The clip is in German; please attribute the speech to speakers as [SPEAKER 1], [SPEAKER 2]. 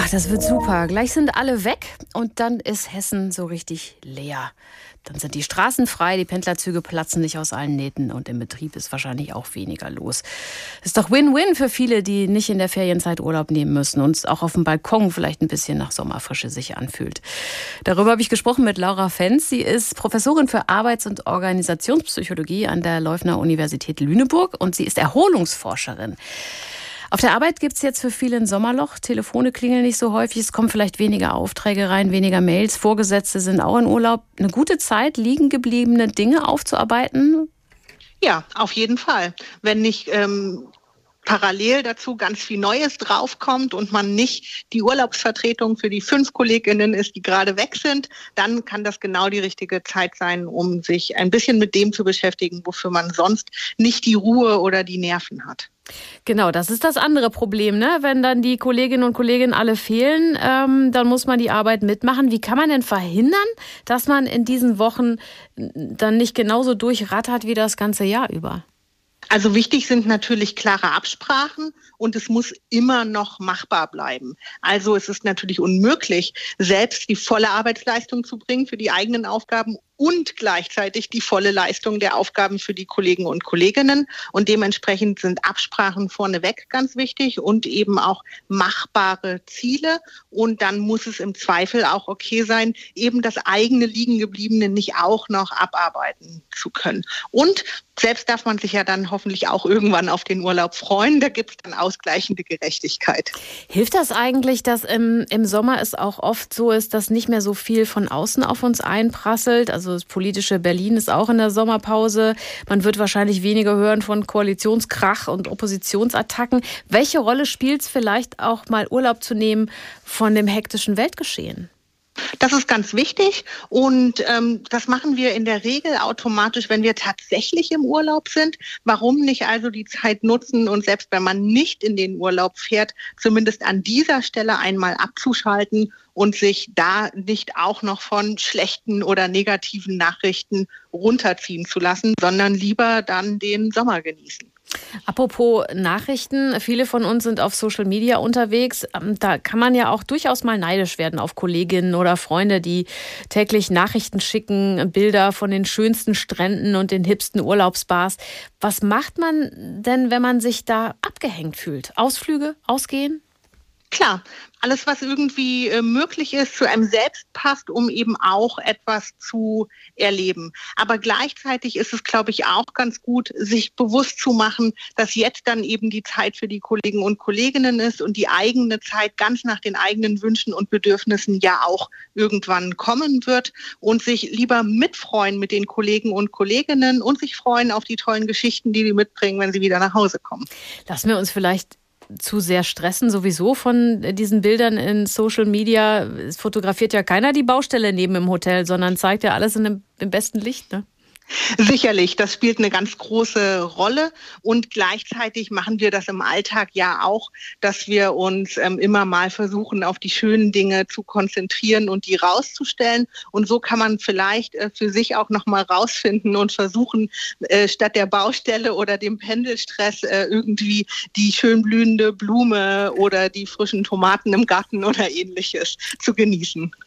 [SPEAKER 1] Ach, das wird super. Gleich sind alle weg und dann ist Hessen so richtig leer. Dann sind die Straßen frei, die Pendlerzüge platzen nicht aus allen Nähten und im Betrieb ist wahrscheinlich auch weniger los. Ist doch Win-Win für viele, die nicht in der Ferienzeit Urlaub nehmen müssen und es auch auf dem Balkon vielleicht ein bisschen nach Sommerfrische sich anfühlt. Darüber habe ich gesprochen mit Laura Fenz. Sie ist Professorin für Arbeits- und Organisationspsychologie an der Leufner Universität Lüneburg und sie ist Erholungsforscherin. Auf der Arbeit gibt es jetzt für viele ein Sommerloch. Telefone klingeln nicht so häufig. Es kommen vielleicht weniger Aufträge rein, weniger Mails. Vorgesetzte sind auch in Urlaub. Eine gute Zeit, liegen gebliebene Dinge aufzuarbeiten?
[SPEAKER 2] Ja, auf jeden Fall. Wenn nicht parallel dazu ganz viel Neues draufkommt und man nicht die Urlaubsvertretung für die 5 Kolleginnen ist, die gerade weg sind, dann kann das genau die richtige Zeit sein, um sich ein bisschen mit dem zu beschäftigen, wofür man sonst nicht die Ruhe oder die Nerven hat.
[SPEAKER 1] Genau, das ist das andere Problem, ne? Wenn dann die Kolleginnen und Kollegen alle fehlen, dann muss man die Arbeit mitmachen. Wie kann man denn verhindern, dass man in diesen Wochen dann nicht genauso durchrattert wie das ganze Jahr über?
[SPEAKER 2] Also wichtig sind natürlich klare Absprachen und es muss immer noch machbar bleiben. Also es ist natürlich unmöglich, selbst die volle Arbeitsleistung zu bringen für die eigenen Aufgaben und gleichzeitig die volle Leistung der Aufgaben für die Kollegen und Kolleginnen. Und dementsprechend sind Absprachen vorneweg ganz wichtig und eben auch machbare Ziele. Und dann muss es im Zweifel auch okay sein, eben das eigene Liegengebliebene nicht auch noch abarbeiten zu können. Und selbst darf man sich ja dann hoffentlich auch irgendwann auf den Urlaub freuen. Da gibt es dann ausgleichende Gerechtigkeit.
[SPEAKER 1] Hilft das eigentlich, dass im Sommer es auch oft so ist, dass nicht mehr so viel von außen auf uns einprasselt? Also das politische Berlin ist auch in der Sommerpause. Man wird wahrscheinlich weniger hören von Koalitionskrach und Oppositionsattacken. Welche Rolle spielt es vielleicht auch mal Urlaub zu nehmen von dem hektischen Weltgeschehen?
[SPEAKER 2] Das ist ganz wichtig und das machen wir in der Regel automatisch, wenn wir tatsächlich im Urlaub sind. Warum nicht also die Zeit nutzen und selbst wenn man nicht in den Urlaub fährt, zumindest an dieser Stelle einmal abzuschalten und sich da nicht auch noch von schlechten oder negativen Nachrichten runterziehen zu lassen, sondern lieber dann den Sommer genießen.
[SPEAKER 1] Apropos Nachrichten, viele von uns sind auf Social Media unterwegs. Da kann man ja auch durchaus mal neidisch werden auf Kolleginnen oder Freunde, die täglich Nachrichten schicken, Bilder von den schönsten Stränden und den hipsten Urlaubsbars. Was macht man denn, wenn man sich da abgehängt fühlt? Ausflüge, ausgehen?
[SPEAKER 2] Klar, alles, was irgendwie möglich ist, zu einem selbst passt, um eben auch etwas zu erleben. Aber gleichzeitig ist es, glaube ich, auch ganz gut, sich bewusst zu machen, dass jetzt dann eben die Zeit für die Kollegen und Kolleginnen ist und die eigene Zeit ganz nach den eigenen Wünschen und Bedürfnissen ja auch irgendwann kommen wird und sich lieber mitfreuen mit den Kollegen und Kolleginnen und sich freuen auf die tollen Geschichten, die mitbringen, wenn sie wieder nach Hause kommen.
[SPEAKER 1] Lassen wir uns vielleicht zu sehr stressen sowieso von diesen Bildern in Social Media. Es fotografiert ja keiner die Baustelle neben im Hotel, sondern zeigt ja alles im besten Licht, ne?
[SPEAKER 2] Sicherlich, das spielt eine ganz große Rolle und gleichzeitig machen wir das im Alltag ja auch, dass wir uns immer mal versuchen, auf die schönen Dinge zu konzentrieren und die rauszustellen und so kann man vielleicht für sich auch nochmal rausfinden und versuchen, statt der Baustelle oder dem Pendelstress irgendwie die schön blühende Blume oder die frischen Tomaten im Garten oder Ähnliches zu genießen.